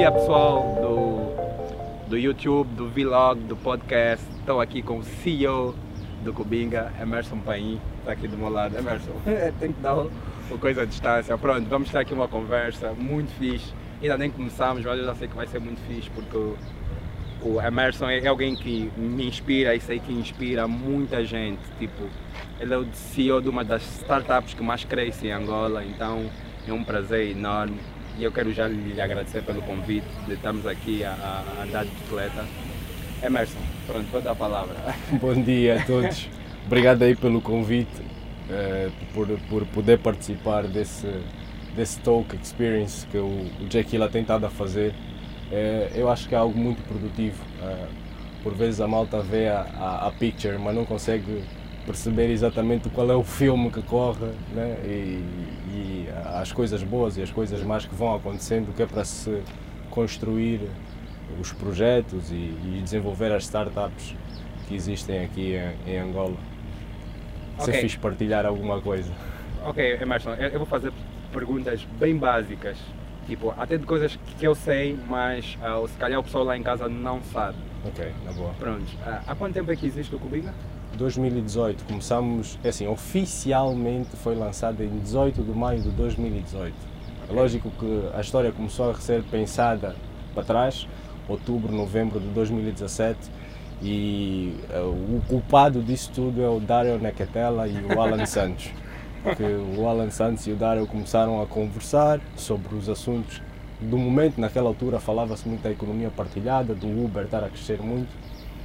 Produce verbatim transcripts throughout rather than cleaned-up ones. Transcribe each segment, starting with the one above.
dia pessoal do, do YouTube, do vlog, do podcast. Estou aqui com o C E O do Cubinga, Emerson Paim, está aqui do meu lado. Emerson, tem que dar uma coisa à distância. Pronto, vamos ter aqui uma conversa muito fixe. Ainda nem começamos, mas eu já sei que vai ser muito fixe porque o, o Emerson é alguém que me inspira e sei que inspira muita gente. Tipo, ele é o C E O de uma das startups que mais cresce em Angola, então é um prazer enorme. E eu quero já lhe agradecer pelo convite de estarmos aqui a, a andar de bicicleta. Emerson, pronto, vou dar a palavra. Bom dia a todos. Obrigado aí pelo convite, uh, por, por poder participar desse, desse Talk Experience que o, o Jaquila tem estado a fazer. Uh, eu acho que é algo muito produtivo. Uh, por vezes a malta vê a, a, a picture, mas não consegue perceber exatamente qual é o filme que corre, né? e, e as coisas boas e as coisas más que vão acontecendo, que é para se construir os projetos e, e desenvolver as startups que existem aqui em, em Angola. Você Okay. fiz partilhar alguma coisa? Ok, Emerson, eu vou fazer perguntas bem básicas, tipo, até de coisas que eu sei, mas uh, se calhar o pessoal lá em casa não sabe. Ok, na boa. Pronto, uh, há quanto tempo é que existe o Cubinga? dois mil e dezoito, começamos, é assim, oficialmente foi lançado em dezoito de maio de dois mil e dezoito. Okay. É lógico que a história começou a ser pensada para trás, outubro, novembro de dois mil e dezassete, e uh, o culpado disso tudo é o Dario Neketela e o Alan Santos. Porque o Alan Santos e o Dario começaram a conversar sobre os assuntos do momento. Naquela altura falava-se muito da economia partilhada, do Uber estar a crescer muito,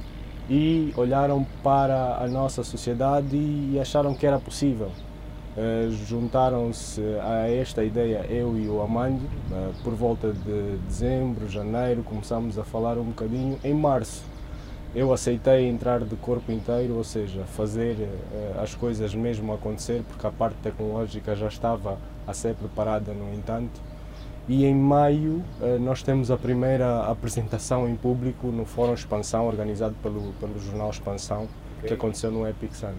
e olharam para a nossa sociedade e acharam que era possível. Uh, juntaram-se a esta ideia eu e o Amando, uh, por volta de dezembro, janeiro, começámos a falar um bocadinho. Em março eu aceitei entrar de corpo inteiro, ou seja, fazer uh, as coisas mesmo acontecer, porque a parte tecnológica já estava a ser preparada, no entanto. E em maio uh, nós temos a primeira apresentação em público no Fórum Expansão, organizado pelo, pelo jornal Expansão, okay, que aconteceu no Epic Sana.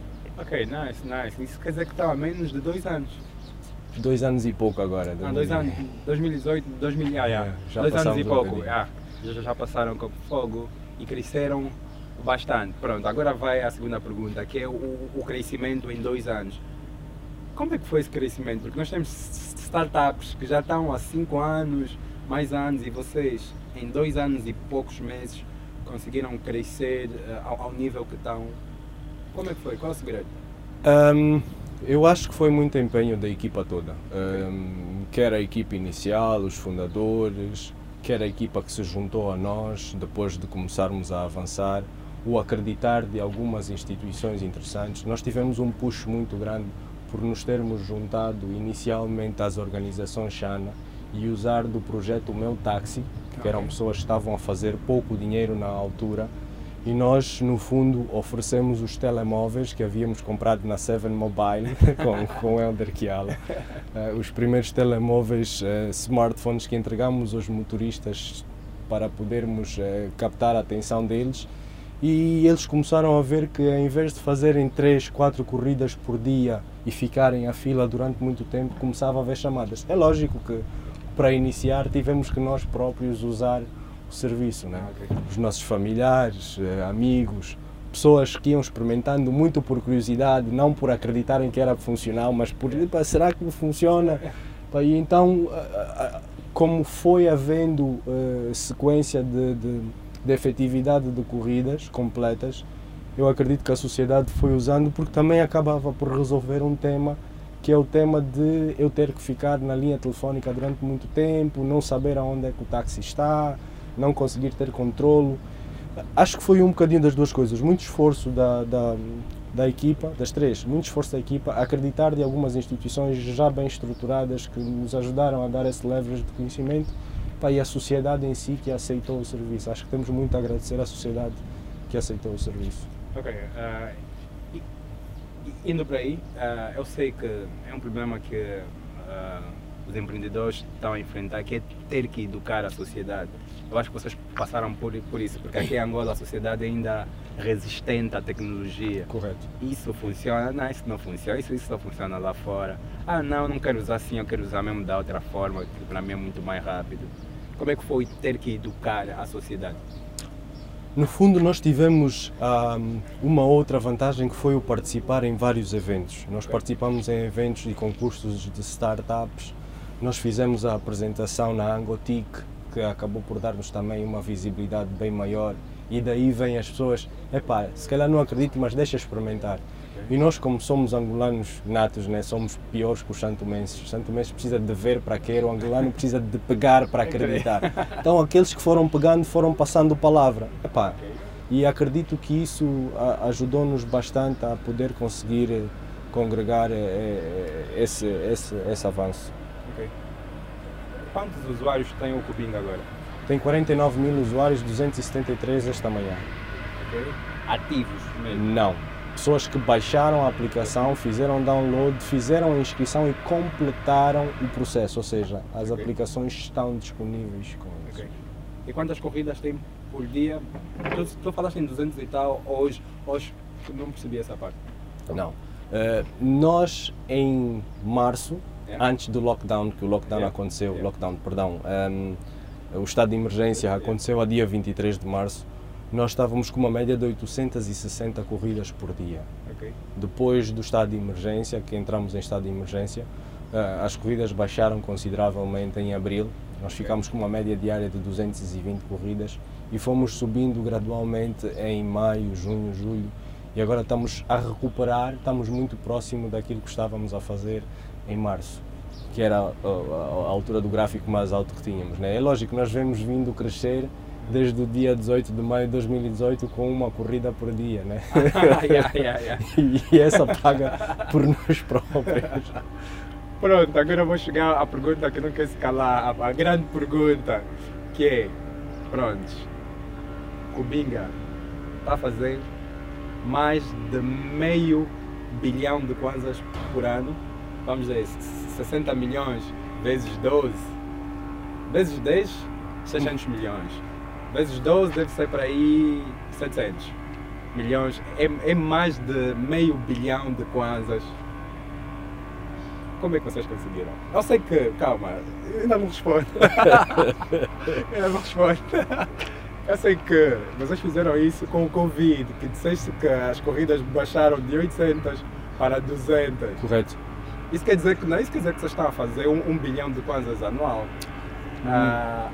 Ok, nice, nice. Isso quer dizer que está há menos de dois anos. Dois anos e pouco agora. Ah, dois anos, dois mil e dezoito, dois mil, ah, yeah. já dois anos e um pouco, ah, já, já passaram com fogo e cresceram bastante. Pronto, agora vai a segunda pergunta, que é o, o crescimento em dois anos. Como é que foi esse crescimento? Porque nós temos startups que já estão há cinco anos, mais anos, e vocês em dois anos e poucos meses conseguiram crescer uh, ao, ao nível que estão. Como é que foi? Qual é o segredo? Um, eu acho que foi muito empenho da equipa toda. Um, quer a equipa inicial, os fundadores, quer a equipa que se juntou a nós depois de começarmos a avançar, o acreditar de algumas instituições interessantes. Nós tivemos um push muito grande por nos termos juntado inicialmente às organizações Xana e usar do projeto O Meu Táxi, que okay, eram pessoas que estavam a fazer pouco dinheiro na altura, e nós, no fundo, oferecemos os telemóveis que havíamos comprado na Seven Mobile com, com o Helder Kiala, uh, os primeiros telemóveis, uh, smartphones que entregamos aos motoristas para podermos uh, captar a atenção deles. E eles começaram a ver que, em vez de fazerem três, quatro corridas por dia e ficarem à fila durante muito tempo, começava a haver chamadas. É lógico que, para iniciar, tivemos que nós próprios usar o serviço, né? Okay. Os nossos familiares, amigos, pessoas que iam experimentando muito por curiosidade, não por acreditarem que era funcional, mas por, será que funciona? E então, como foi havendo uh, sequência de, de de efetividade de corridas completas, eu acredito que a sociedade foi usando, porque também acabava por resolver um tema, que é o tema de eu ter que ficar na linha telefónica durante muito tempo, não saber aonde é que o táxi está, não conseguir ter controlo. Acho que foi um bocadinho das duas coisas, muito esforço da, da, da equipa, das três, muito esforço da equipa, acreditar de algumas instituições já bem estruturadas que nos ajudaram a dar esse leverage de conhecimento, e a sociedade em si que aceitou o serviço. Acho que temos muito a agradecer à sociedade que aceitou o serviço. Ok, uh, indo para aí, uh, eu sei que é um problema que uh, os empreendedores estão a enfrentar, que é ter que educar a sociedade. Eu acho que vocês passaram por, por isso, porque aqui em Angola a sociedade ainda é resistente à tecnologia. Correto. Isso funciona, não, isso não funciona, isso, isso só funciona lá fora. Ah não, não quero usar assim, eu quero usar mesmo da outra forma, que para mim é muito mais rápido. Como é que foi ter que educar a sociedade? No fundo, nós tivemos um, uma outra vantagem que foi o participar em vários eventos. Nós participamos em eventos e concursos de startups, nós fizemos a apresentação na Angotic, que acabou por dar-nos também uma visibilidade bem maior, e daí vêm as pessoas, epá, se calhar não acredito, mas deixa experimentar. E nós, como somos angolanos natos, né, somos piores que os santomenses. Os santomenses precisam de ver para querer, o angolano precisa de pegar para acreditar. Então aqueles que foram pegando foram passando palavra. Epá, e acredito que isso ajudou-nos bastante a poder conseguir congregar esse, esse, esse avanço. Okay. Quantos usuários tem o Cubinga agora? Tem quarenta e nove mil usuários, duzentos e setenta e três esta manhã. Okay. Ativos mesmo? Não. Pessoas que baixaram a aplicação, fizeram download, fizeram a inscrição e completaram o processo, ou seja, as okay. aplicações estão disponíveis com isso. Okay. E quantas corridas tem por dia? Tu, tu falaste em duzentos e tal, hoje, hoje não percebi essa parte. Não. Uh, nós em março, yeah. antes do lockdown, que o lockdown yeah. aconteceu, yeah. lockdown, perdão, um, o estado de emergência yeah. aconteceu a dia vinte e três de março, nós estávamos com uma média de oitocentas e sessenta corridas por dia. Okay. Depois do estado de emergência, que entramos em estado de emergência, as corridas baixaram consideravelmente em abril. Nós ficámos com uma média diária de duzentas e vinte corridas e fomos subindo gradualmente em maio, junho, julho, e agora estamos a recuperar, estamos muito próximo daquilo que estávamos a fazer em março, que era a, a, a altura do gráfico mais alto que tínhamos, né? É lógico que nós vemos vindo crescer desde o dia dezoito de maio de dois mil e dezoito com uma corrida por dia, né? yeah, yeah, yeah. E essa paga por nós próprios. Pronto, agora vou chegar à pergunta que não quer se calar, a, a grande pergunta, que é, pronto, Cubinga está a fazer mais de meio bilhão de kwanzas por ano, vamos dizer, sessenta milhões vezes doze, vezes dez, seiscentos milhões. Vezes doze deve ser para aí setecentos milhões, é, é mais de meio bilhão de kwanzas. Como é que vocês conseguiram? Eu sei que, calma, ainda não respondo. ainda não respondo. Eu sei que vocês fizeram isso com o Covid, que disseste que as corridas baixaram de oitocentas para duzentas. Correto. Isso quer dizer que não, isso quer dizer que vocês estão a fazer um, um bilhão de kwanzas anual. Hum. Ah,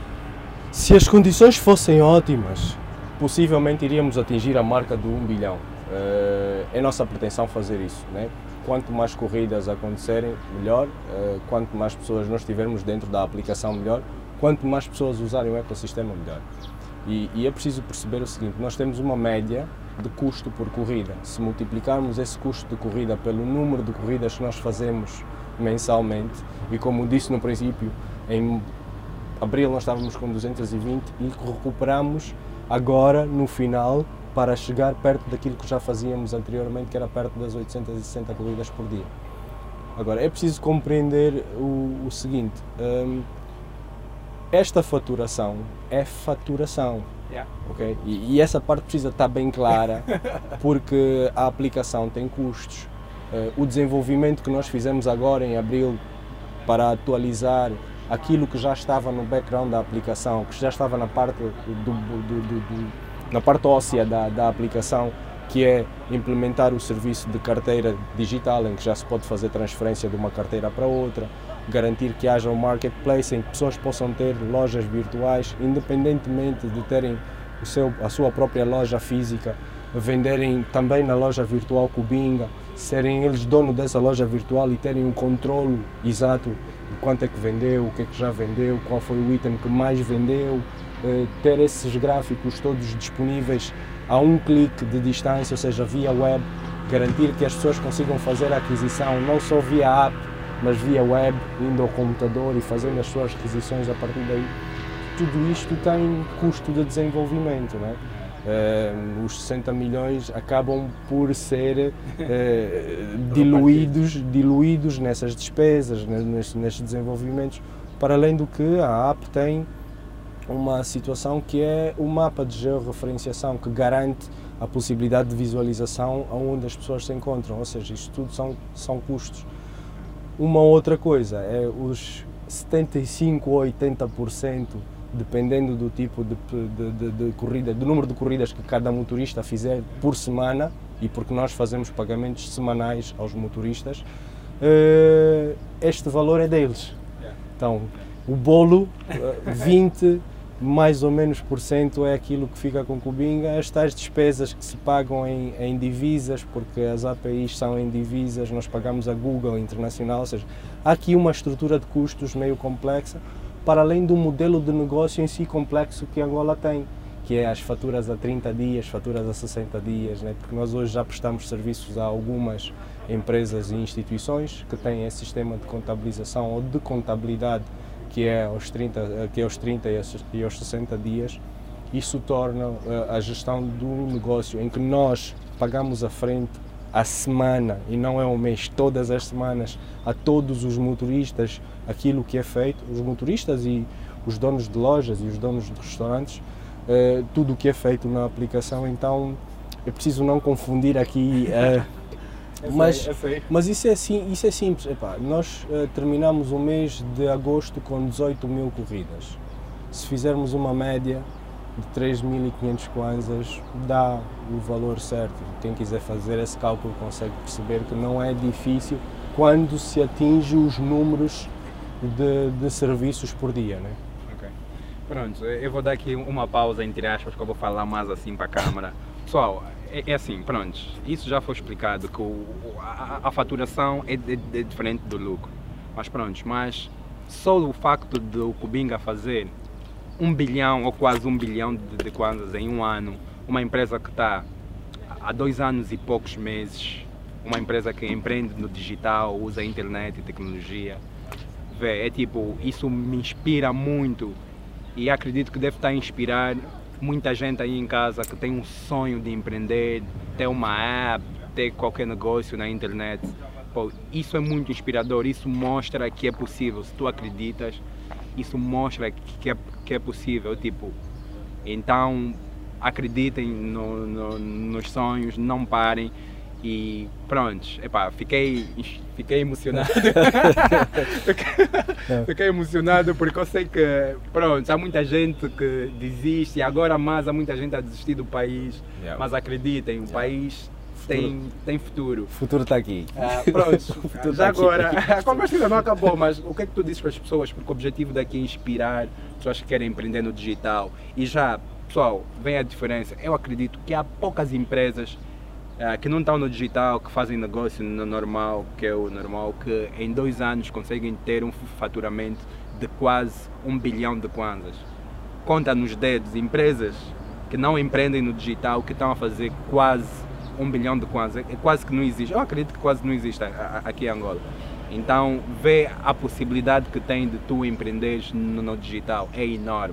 Se as condições fossem ótimas, possivelmente iríamos atingir a marca do um bilhão. Uh, é nossa pretensão fazer isso, né? Quanto mais corridas acontecerem, melhor. Uh, quanto mais pessoas nós tivermos dentro da aplicação, melhor. Quanto mais pessoas usarem o ecossistema, melhor. E, e é preciso perceber o seguinte, nós temos uma média de custo por corrida. Se multiplicarmos esse custo de corrida pelo número de corridas que nós fazemos mensalmente, e como disse no princípio, em abril nós estávamos com duzentas e vinte e recuperamos agora no final para chegar perto daquilo que já fazíamos anteriormente, que era perto das oitocentas e sessenta corridas por dia. Agora, é preciso compreender o, o seguinte, um, esta faturação é faturação, yeah. okay? e, e essa parte precisa estar bem clara, porque a aplicação tem custos. Uh, o desenvolvimento que nós fizemos agora em abril para atualizar aquilo que já estava no background da aplicação, que já estava na parte, do, do, do, do, na parte óssea da, da aplicação, que é implementar o serviço de carteira digital, em que já se pode fazer transferência de uma carteira para outra, garantir que haja um marketplace em que pessoas possam ter lojas virtuais, independentemente de terem o seu, a sua própria loja física, venderem também na loja virtual Cubinga, serem eles dono dessa loja virtual e terem um controle exato de quanto é que vendeu, o que é que já vendeu, qual foi o item que mais vendeu, eh, ter esses gráficos todos disponíveis a um clique de distância, ou seja, via web, garantir que as pessoas consigam fazer a aquisição não só via app, mas via web, indo ao computador e fazendo as suas aquisições a partir daí. Tudo isto tem custo de desenvolvimento, não é? Uh, os sessenta milhões acabam por ser uh, diluídos, diluídos nessas despesas, nestes, nestes desenvolvimentos, para além do que a app tem uma situação que é o mapa de georreferenciação, que garante a possibilidade de visualização aonde as pessoas se encontram, ou seja, isto tudo são, são custos. Uma outra coisa é os setenta e cinco ou oitenta por cento, dependendo do tipo de, de, de, de corrida, do número de corridas que cada motorista fizer por semana, e porque nós fazemos pagamentos semanais aos motoristas, uh, este valor é deles. Então, o bolo, uh, vinte mais ou menos por cento é aquilo que fica com Cubinga, as tais despesas que se pagam em, em divisas, porque as A P Is são em divisas, nós pagamos a Google Internacional, ou seja, há aqui uma estrutura de custos meio complexa, para além do modelo de negócio em si complexo que Angola tem, que é as faturas a trinta dias, faturas a sessenta dias, né? Porque nós hoje já prestamos serviços a algumas empresas e instituições que têm esse sistema de contabilização ou de contabilidade que é aos trinta, que é aos trinta e aos sessenta dias. Isso torna a gestão do negócio em que nós pagamos à frente a semana, e não é um mês, todas as semanas, a todos os motoristas aquilo que é feito, os motoristas e os donos de lojas e os donos de restaurantes, eh, tudo o que é feito na aplicação. Então é preciso não confundir aqui, eh, mas, mas isso é, sim, isso é simples. Epá, nós eh, terminamos o mês de agosto com dezoito mil corridas. Se fizermos uma média de três mil e quinhentos kwanzas, dá o valor certo. Quem quiser fazer esse cálculo consegue perceber que não é difícil quando se atinge os números de, de serviços por dia, né? Ok. Pronto, eu vou dar aqui uma pausa entre aspas, que eu vou falar mais assim para a câmara. Pessoal, é, é assim, pronto, isso já foi explicado, que o, a, a faturação é, de, é diferente do lucro. Mas pronto, mas só o facto de o Cubinga fazer um bilhão ou quase um bilhão de, de kwanzas em um ano, uma empresa que está há dois anos e poucos meses, uma empresa que empreende no digital, usa a internet e tecnologia, vê, é tipo, isso me inspira muito e acredito que deve estar a inspirar muita gente aí em casa que tem um sonho de empreender, ter uma app, ter qualquer negócio na internet. Pô, isso é muito inspirador, isso mostra que é possível, se tu acreditas, isso mostra que é, que é possível, tipo, então acreditem no, no, nos sonhos, não parem e pronto, epá, fiquei, fiquei emocionado, fiquei, fiquei emocionado porque eu sei que, pronto, há muita gente que desiste e agora mais há muita gente a desistir do país, yeah. Mas acreditem, o yeah. país Tem, tem futuro. O futuro está aqui. Ah, pronto, já agora, a conversa ainda não acabou, mas o que é que tu dizes para as pessoas? Porque o objetivo daqui é inspirar pessoas que querem empreender no digital. E já, pessoal, vem a diferença. Eu acredito que há poucas empresas ah, que não estão no digital, que fazem negócio no normal, que é o normal, que em dois anos conseguem ter um faturamento de quase um bilhão de kwanzas. Conta nos dedos empresas que não empreendem no digital, que estão a fazer quase um bilhão de kwanzas, é quase que não existe, eu acredito que quase não existe aqui em Angola. Então, vê a possibilidade que tem de tu empreenderes no, no digital, é enorme.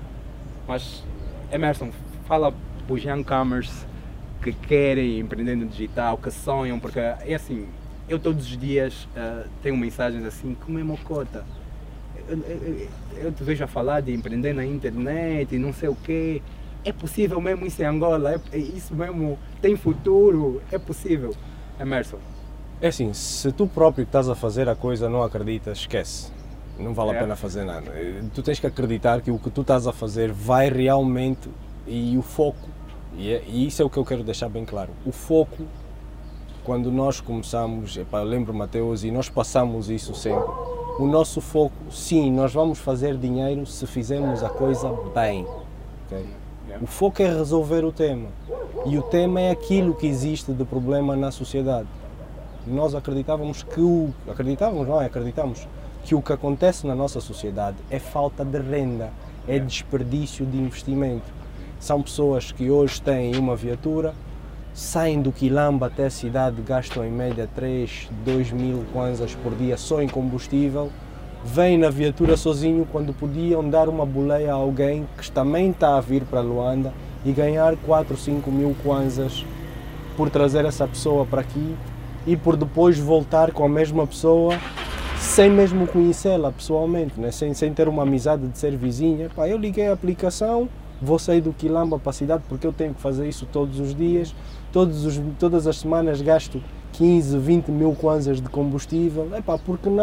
Mas, Emerson, fala para os youngcomers que querem empreender no digital, que sonham, porque é assim, eu todos os dias uh, tenho mensagens assim, como é mocota, eu, eu, eu te vejo a falar de empreender na internet e não sei o quê. É possível mesmo isso em Angola? É, é isso mesmo? Tem futuro? É possível? Emerson? É assim, se tu próprio que estás a fazer a coisa não acreditas, esquece. Não vale é. a pena fazer nada. Tu tens que acreditar que o que tu estás a fazer vai realmente, e o foco, e, é, e isso é o que eu quero deixar bem claro, o foco, quando nós começamos, epá, eu lembro, Mateus, e nós passamos isso sempre, o nosso foco, sim, nós vamos fazer dinheiro se fizermos a coisa bem. Okay? O foco é resolver o tema, e o tema é aquilo que existe de problema na sociedade. Nós acreditávamos que o... acreditávamos, não é? Acreditamos que o que acontece na nossa sociedade é falta de renda, é desperdício de investimento. São pessoas que hoje têm uma viatura, saem do Quilamba até a cidade, gastam em média três, dois mil kwanzas por dia só em combustível, vêm na viatura sozinho quando podiam dar uma boleia a alguém que também está a vir para Luanda e ganhar quatro, cinco mil kwanzas por trazer essa pessoa para aqui e por depois voltar com a mesma pessoa sem mesmo conhecê-la pessoalmente, né? sem, sem ter uma amizade de ser vizinha. Pá, eu liguei a aplicação, vou sair do Quilamba para a cidade porque eu tenho que fazer isso todos os dias, todos os, todas as semanas gasto quinze, vinte mil kwanzas de combustível. Epá, por que não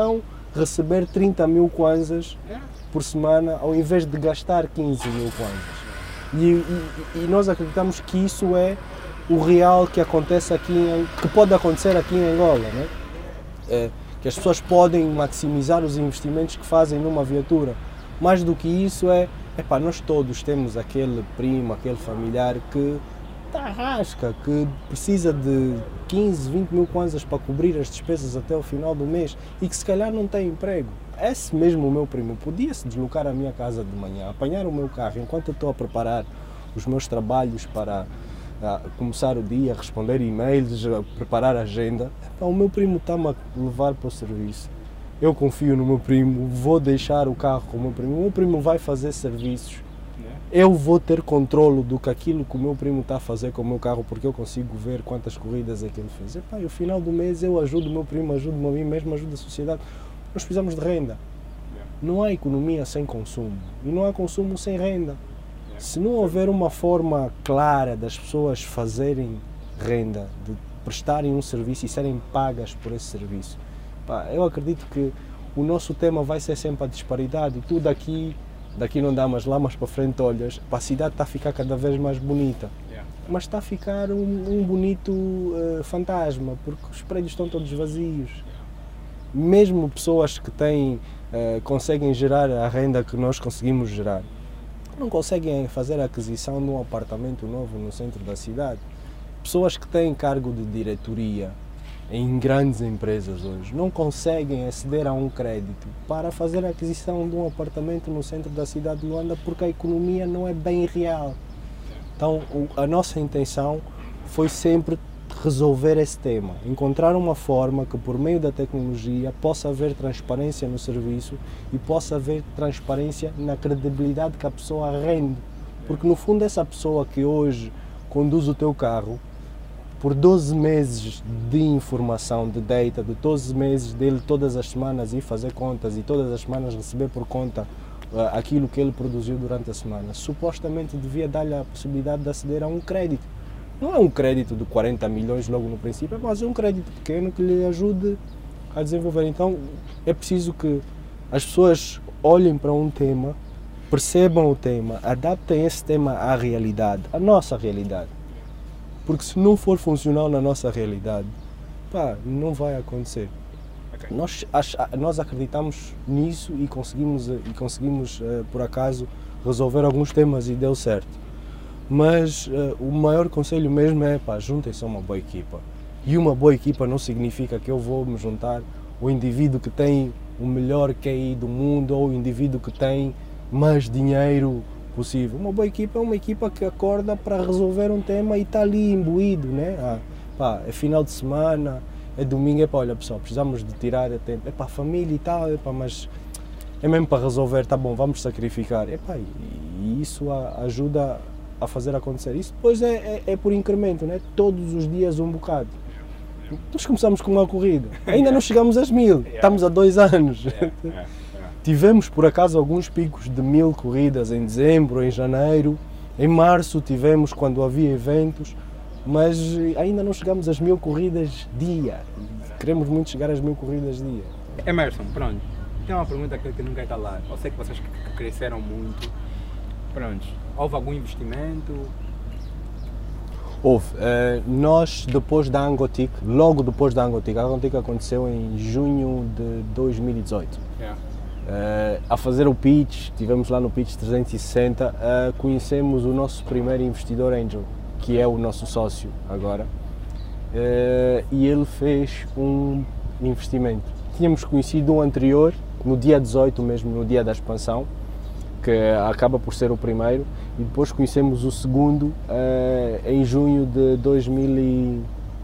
receber trinta mil kwanzas por semana ao invés de gastar quinze mil kwanzas. E, e, e nós acreditamos que isso é o real que acontece aqui, em, que pode acontecer aqui em Angola, né? É, que as pessoas podem maximizar os investimentos que fazem numa viatura. Mais do que isso é, epá, nós todos temos aquele primo, aquele familiar que está à rasca, que precisa de quinze, vinte mil kwanzas para cobrir as despesas até o final do mês e que se calhar não tem emprego. Esse mesmo o meu primo podia se deslocar à minha casa de manhã, apanhar o meu carro enquanto eu estou a preparar os meus trabalhos para a começar o dia, responder e-mails, a preparar a agenda. Então, o meu primo está-me a levar para o serviço. Eu confio no meu primo, vou deixar o carro com o meu primo. O meu primo vai fazer serviços. Eu vou ter controle do que aquilo que o meu primo está a fazer com o meu carro, porque eu consigo ver quantas corridas é que ele fez. E, pá, e ao final do mês eu ajudo o meu primo, ajudo-me a mim mesmo, ajudo a sociedade. Nós precisamos de renda. Não há economia sem consumo e não há consumo sem renda. Se não houver uma forma clara das pessoas fazerem renda, de prestarem um serviço e serem pagas por esse serviço, pá, eu acredito que o nosso tema vai ser sempre a disparidade e tudo aqui, daqui não dá, mas lá mais para frente olhas, pá, a cidade está a ficar cada vez mais bonita, mas está a ficar um, um bonito uh, fantasma, porque os prédios estão todos vazios. Mesmo pessoas que têm, uh, conseguem gerar a renda que nós conseguimos gerar, não conseguem fazer a aquisição de um apartamento novo no centro da cidade. Pessoas que têm cargo de diretoria em grandes empresas hoje não conseguem aceder a um crédito para fazer a aquisição de um apartamento no centro da cidade de Luanda porque a economia não é bem real. Então a nossa intenção foi sempre resolver esse tema, encontrar uma forma que por meio da tecnologia possa haver transparência no serviço e possa haver transparência na credibilidade que a pessoa rende, porque no fundo essa pessoa que hoje conduz o teu carro, por doze meses de informação, de data, de doze meses dele todas as semanas ir fazer contas e todas as semanas receber por conta uh, aquilo que ele produziu durante a semana, supostamente devia dar-lhe a possibilidade de aceder a um crédito. Não é um crédito de quarenta milhões logo no princípio, mas é um crédito pequeno que lhe ajude a desenvolver. Então é preciso que as pessoas olhem para um tema, percebam o tema, adaptem esse tema à realidade, à nossa realidade. Porque se não for funcional na nossa realidade, pá, não vai acontecer. Okay. Nós, nós acreditamos nisso e conseguimos, e conseguimos por acaso, resolver alguns temas e deu certo. Mas uh, o maior conselho mesmo é, pá, juntem-se a uma boa equipa. E uma boa equipa não significa que eu vou me juntar ao indivíduo que tem o melhor Q I do mundo ou o indivíduo que tem mais dinheiro possível. Uma boa equipa é uma equipa que acorda para resolver um tema e está ali imbuído, né? Ah, pá, é final de semana, é domingo, é pá, olha pessoal, precisamos de tirar tempo, é para a família e tal, é pá, mas é mesmo para resolver, tá bom, vamos sacrificar. É pá, e, e isso a, ajuda a fazer acontecer. Isso depois é, é, é por incremento, né? Todos os dias um bocado. Nós começamos com uma corrida, ainda não chegamos às mil, estamos há dois anos. Tivemos por acaso alguns picos de mil corridas em dezembro, em janeiro, em março tivemos quando havia eventos, mas ainda não chegamos às mil corridas dia. Queremos muito chegar às mil corridas dia. Emerson, pronto, tem uma pergunta que eu nunca está lá. Eu sei que vocês cresceram muito. Pronto, houve algum investimento? Houve. Uh, nós, depois da Angotic, logo depois da Angotic, a Angotic aconteceu em junho de dois mil e dezoito. Yeah. Uh, a fazer o pitch, estivemos lá no pitch trezentos e sessenta, uh, conhecemos o nosso primeiro investidor angel, que é o nosso sócio agora, uh, e ele fez um investimento. Tínhamos conhecido um anterior, no dia dezoito mesmo, no dia da expansão, que acaba por ser o primeiro, e depois conhecemos o segundo uh, em junho de dois mil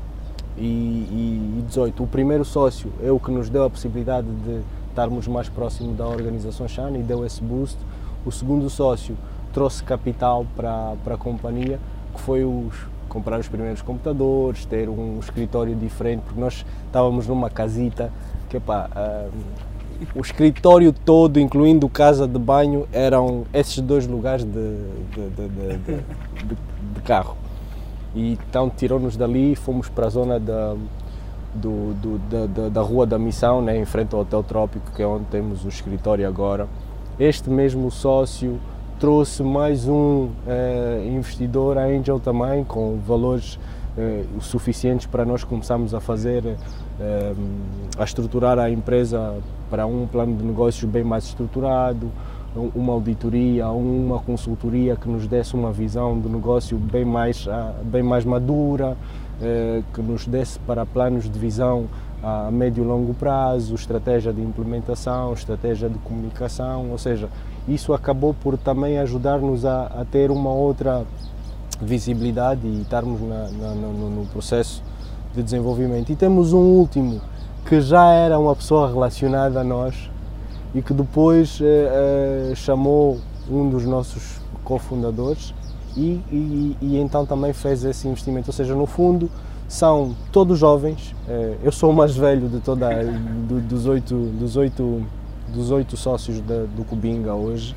e dezoito. O primeiro sócio é o que nos deu a possibilidade de estarmos mais próximo da organização Shana e deu esse boost. O segundo sócio trouxe capital para, para a companhia, que foi os, comprar os primeiros computadores, ter um escritório diferente, porque nós estávamos numa casita que, pá, uh, o escritório todo, incluindo casa de banho, eram esses dois lugares de, de, de, de, de, de, de carro. E então tirou-nos dali e fomos para a zona da, do, do, da, da, da Rua da Missão, né, em frente ao Hotel Trópico, que é onde temos o escritório agora. Este mesmo sócio trouxe mais um eh, investidor, a Angel também, com valores eh, suficientes para nós começarmos a fazer, eh, a estruturar a empresa para um plano de negócios bem mais estruturado, uma auditoria, uma consultoria que nos desse uma visão do negócio bem mais, bem mais madura, que nos desse para planos de visão a médio e longo prazo, estratégia de implementação, estratégia de comunicação, ou seja, isso acabou por também ajudar-nos a, a ter uma outra visibilidade e estarmos na, na, no, no processo de desenvolvimento. E temos um último que já era uma pessoa relacionada a nós, e que depois eh, eh, chamou um dos nossos cofundadores e, e, e então também fez esse investimento. Ou seja, no fundo, são todos jovens. Eh, eu sou o mais velho de toda, do, dos, oito, dos, oito, dos oito sócios da, do Cubinga hoje,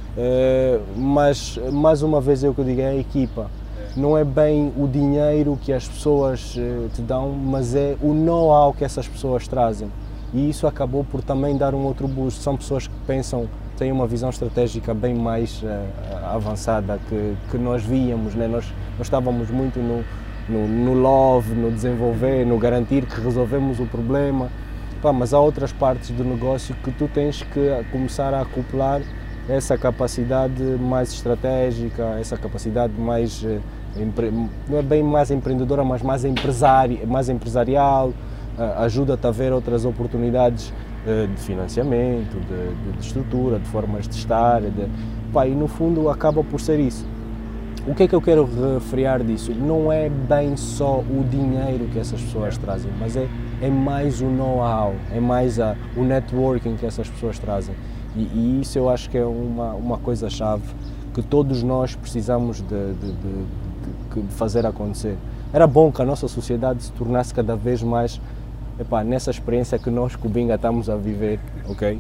eh, mas mais uma vez eu que digo, é a equipa. Não é bem o dinheiro que as pessoas eh, te dão, mas é o know-how que essas pessoas trazem. E isso acabou por também dar um outro boost. São pessoas que pensam, têm uma visão estratégica bem mais uh, avançada que, que nós víamos, né? nós, nós estávamos muito no, no, no love, no desenvolver, no garantir que resolvemos o problema. Pá, mas há outras partes do negócio que tu tens que começar a acoplar essa capacidade mais estratégica, essa capacidade mais, uh, empre... não é bem mais empreendedora, mas mais, empresária, mais empresarial. Ajuda-te a ver outras oportunidades de financiamento, de, de estrutura, de formas de estar, de, pá, e no fundo acaba por ser isso. O que é que eu quero refriar disso? Não é bem só o dinheiro que essas pessoas trazem, mas é, é mais o know-how, é mais a, o networking que essas pessoas trazem. E, e isso eu acho que é uma, uma coisa-chave que todos nós precisamos de, de, de, de fazer acontecer. Era bom que a nossa sociedade se tornasse cada vez mais epá, nessa experiência que nós, Cubinga, estamos a viver, ok?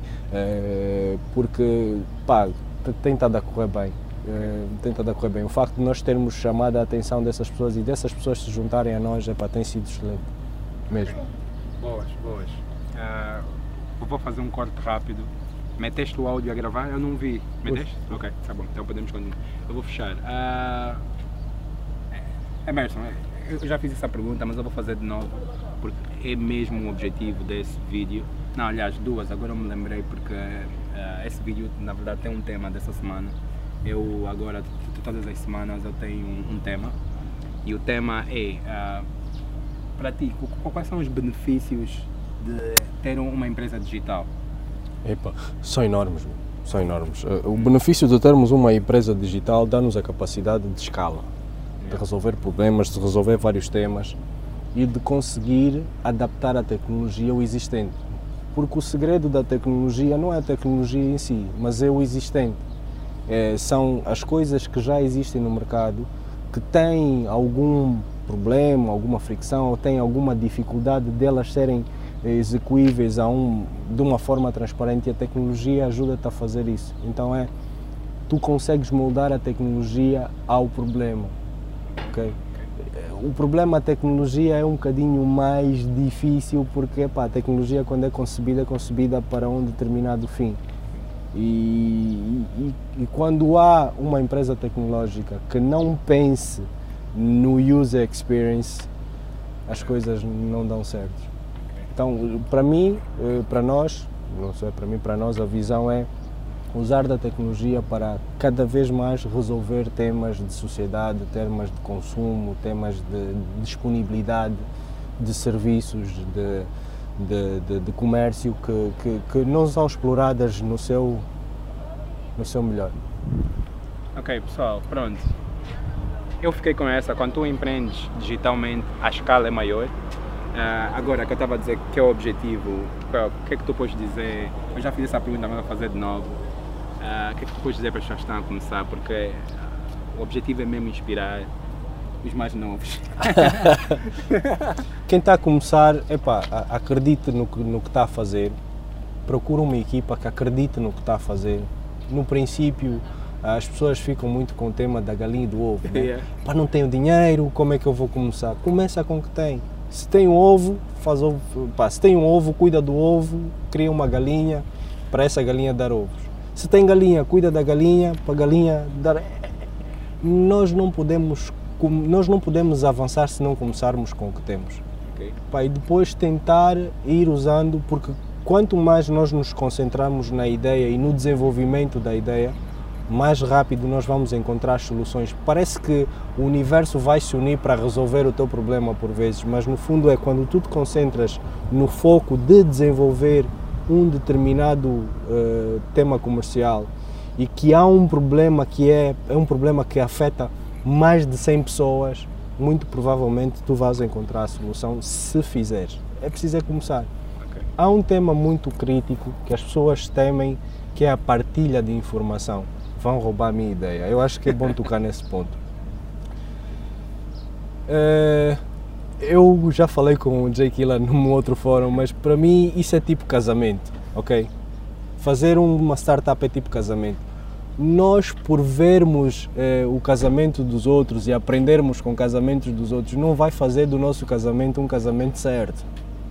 É, porque, pá, tem estado a correr bem, é, tem estado a correr bem. O facto de nós termos chamado a atenção dessas pessoas e dessas pessoas se juntarem a nós, epá, tem sido excelente, mesmo. Boas, boas. Uh, eu vou fazer um corte rápido. Meteste o áudio a gravar? Eu não vi. Meteste? Ui. Ok, tá bom, então podemos continuar. Eu vou fechar. Uh, Emerson, eu já fiz essa pergunta, mas eu vou fazer de novo, porque é mesmo o objetivo desse vídeo. Não, aliás, duas, agora eu me lembrei, porque uh, esse vídeo, na verdade, tem um tema dessa semana. Eu agora, todas as semanas, eu tenho um, um tema, e o tema é, uh, para ti, quais são os benefícios de ter uma empresa digital? Epa, são enormes, são enormes. O benefício de termos uma empresa digital dá-nos a capacidade de escala, de resolver problemas, de resolver vários temas e de conseguir adaptar a tecnologia ao existente. Porque o segredo da tecnologia não é a tecnologia em si, mas é o existente. É, são as coisas que já existem no mercado, que têm algum problema, alguma fricção, ou têm alguma dificuldade delas serem execuíveis a um, de uma forma transparente, e a tecnologia ajuda-te a fazer isso. Então é, tu consegues moldar a tecnologia ao problema. Okay? O problema da tecnologia é um bocadinho mais difícil porque epá, a tecnologia, quando é concebida, é concebida para um determinado fim. E, e, e quando há uma empresa tecnológica que não pense no user experience, as coisas não dão certo. Então, para mim, para nós, não sei, para mim, para nós, a visão é usar da tecnologia para cada vez mais resolver temas de sociedade, temas de consumo, temas de disponibilidade de serviços, de, de, de, de comércio que, que, que não são exploradas no seu, no seu melhor. Ok, pessoal, pronto. Eu fiquei com essa. Quando tu empreendes digitalmente, a escala é maior. Uh, agora, que eu estava a dizer que é o objetivo, o que é que tu podes dizer? Eu já fiz essa pergunta, mas vou fazer de novo. Uh, o que é que tu podes dizer para as pessoas que estão a começar? Porque uh, o objetivo é mesmo inspirar os mais novos. Quem está a começar, epá, acredite no que, no que está a fazer, procura uma equipa que acredite no que está a fazer. No princípio, as pessoas ficam muito com o tema da galinha e do ovo, né? Yeah. Pá, não tenho dinheiro, como é que eu vou começar? Começa com o que tem. Se tem um ovo, faz ovo, pá, se tem um ovo, cuida do ovo, cria uma galinha, para essa galinha dar ovos. Se tem galinha, cuida da galinha, para a galinha dar... Nós não podemos, nós não podemos avançar se não começarmos com o que temos. Okay. Pá, e depois tentar ir usando, porque quanto mais nós nos concentramos na ideia e no desenvolvimento da ideia, mais rápido nós vamos encontrar soluções. Parece que o universo vai se unir para resolver o teu problema por vezes, mas no fundo é quando tu te concentras no foco de desenvolver um determinado uh, tema comercial e que há um problema que é, é um problema que afeta mais de cem pessoas, muito provavelmente tu vais encontrar a solução se fizeres. É preciso é começar. Okay. Há um tema muito crítico que as pessoas temem, que é a partilha de informação. Vão roubar a minha ideia. Eu acho que é bom tocar nesse ponto. Uh, eu já falei com o Jay Killa num outro fórum, mas para mim isso é tipo casamento, ok? Fazer uma startup é tipo casamento. Nós, por vermos eh, o casamento dos outros e aprendermos com casamentos dos outros, não vai fazer do nosso casamento um casamento certo.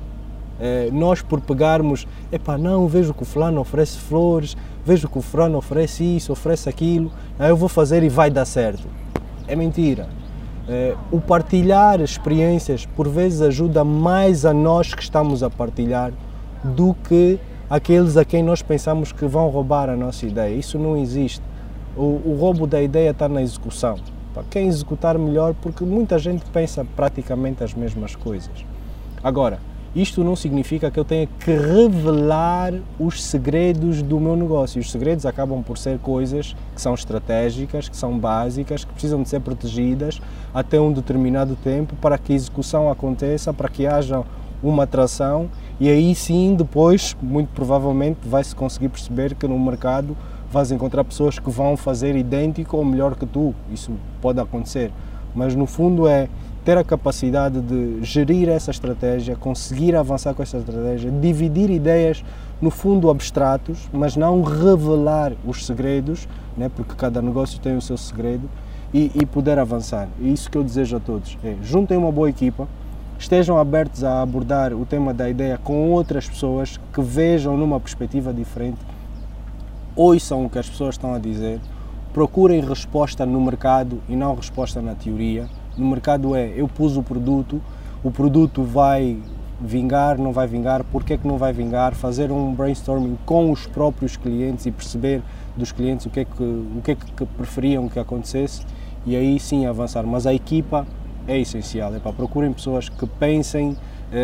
Eh, nós, por pegarmos, epá, não, vejo que o fulano oferece flores, vejo que o fulano oferece isso, oferece aquilo, aí eu vou fazer e vai dar certo. É mentira. Eh, o partilhar experiências, por vezes, ajuda mais a nós que estamos a partilhar do que aqueles a quem nós pensamos que vão roubar a nossa ideia. Isso não existe. O, o roubo da ideia está na execução. Para quem executar melhor, porque muita gente pensa praticamente as mesmas coisas. Agora, isto não significa que eu tenha que revelar os segredos do meu negócio. Os segredos acabam por ser coisas que são estratégicas, que são básicas, que precisam de ser protegidas até um determinado tempo para que a execução aconteça, para que haja uma atração, e aí sim depois, muito provavelmente, vai-se conseguir perceber que no mercado vais encontrar pessoas que vão fazer idêntico ou melhor que tu. Isso pode acontecer, mas no fundo é ter a capacidade de gerir essa estratégia, conseguir avançar com essa estratégia, dividir ideias no fundo abstratos, mas não revelar os segredos, né, porque cada negócio tem o seu segredo, e, e poder avançar. É isso que eu desejo a todos. É, juntem uma boa equipa, estejam abertos a abordar o tema da ideia com outras pessoas que vejam numa perspectiva diferente, ouçam o que as pessoas estão a dizer, procurem resposta no mercado e não resposta na teoria. No mercado é, eu pus o produto, o produto vai vingar, não vai vingar, porque é que não vai vingar, fazer um brainstorming com os próprios clientes e perceber dos clientes o que é que, o que, é que preferiam que acontecesse e aí sim avançar. Mas a equipa é essencial, é para procurem pessoas que pensem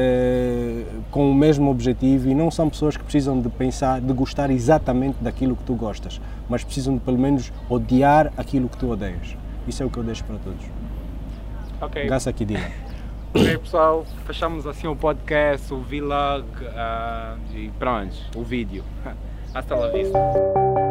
eh, com o mesmo objetivo e não são pessoas que precisam de pensar, de gostar exatamente daquilo que tu gostas, mas precisam de pelo menos odiar aquilo que tu odeias. Isso é o que eu deixo para todos. Ok. Gassa aqui, Dina. Ok, pessoal, fechamos assim o podcast, o vlog uh, e pronto, o vídeo. Hasta la vista.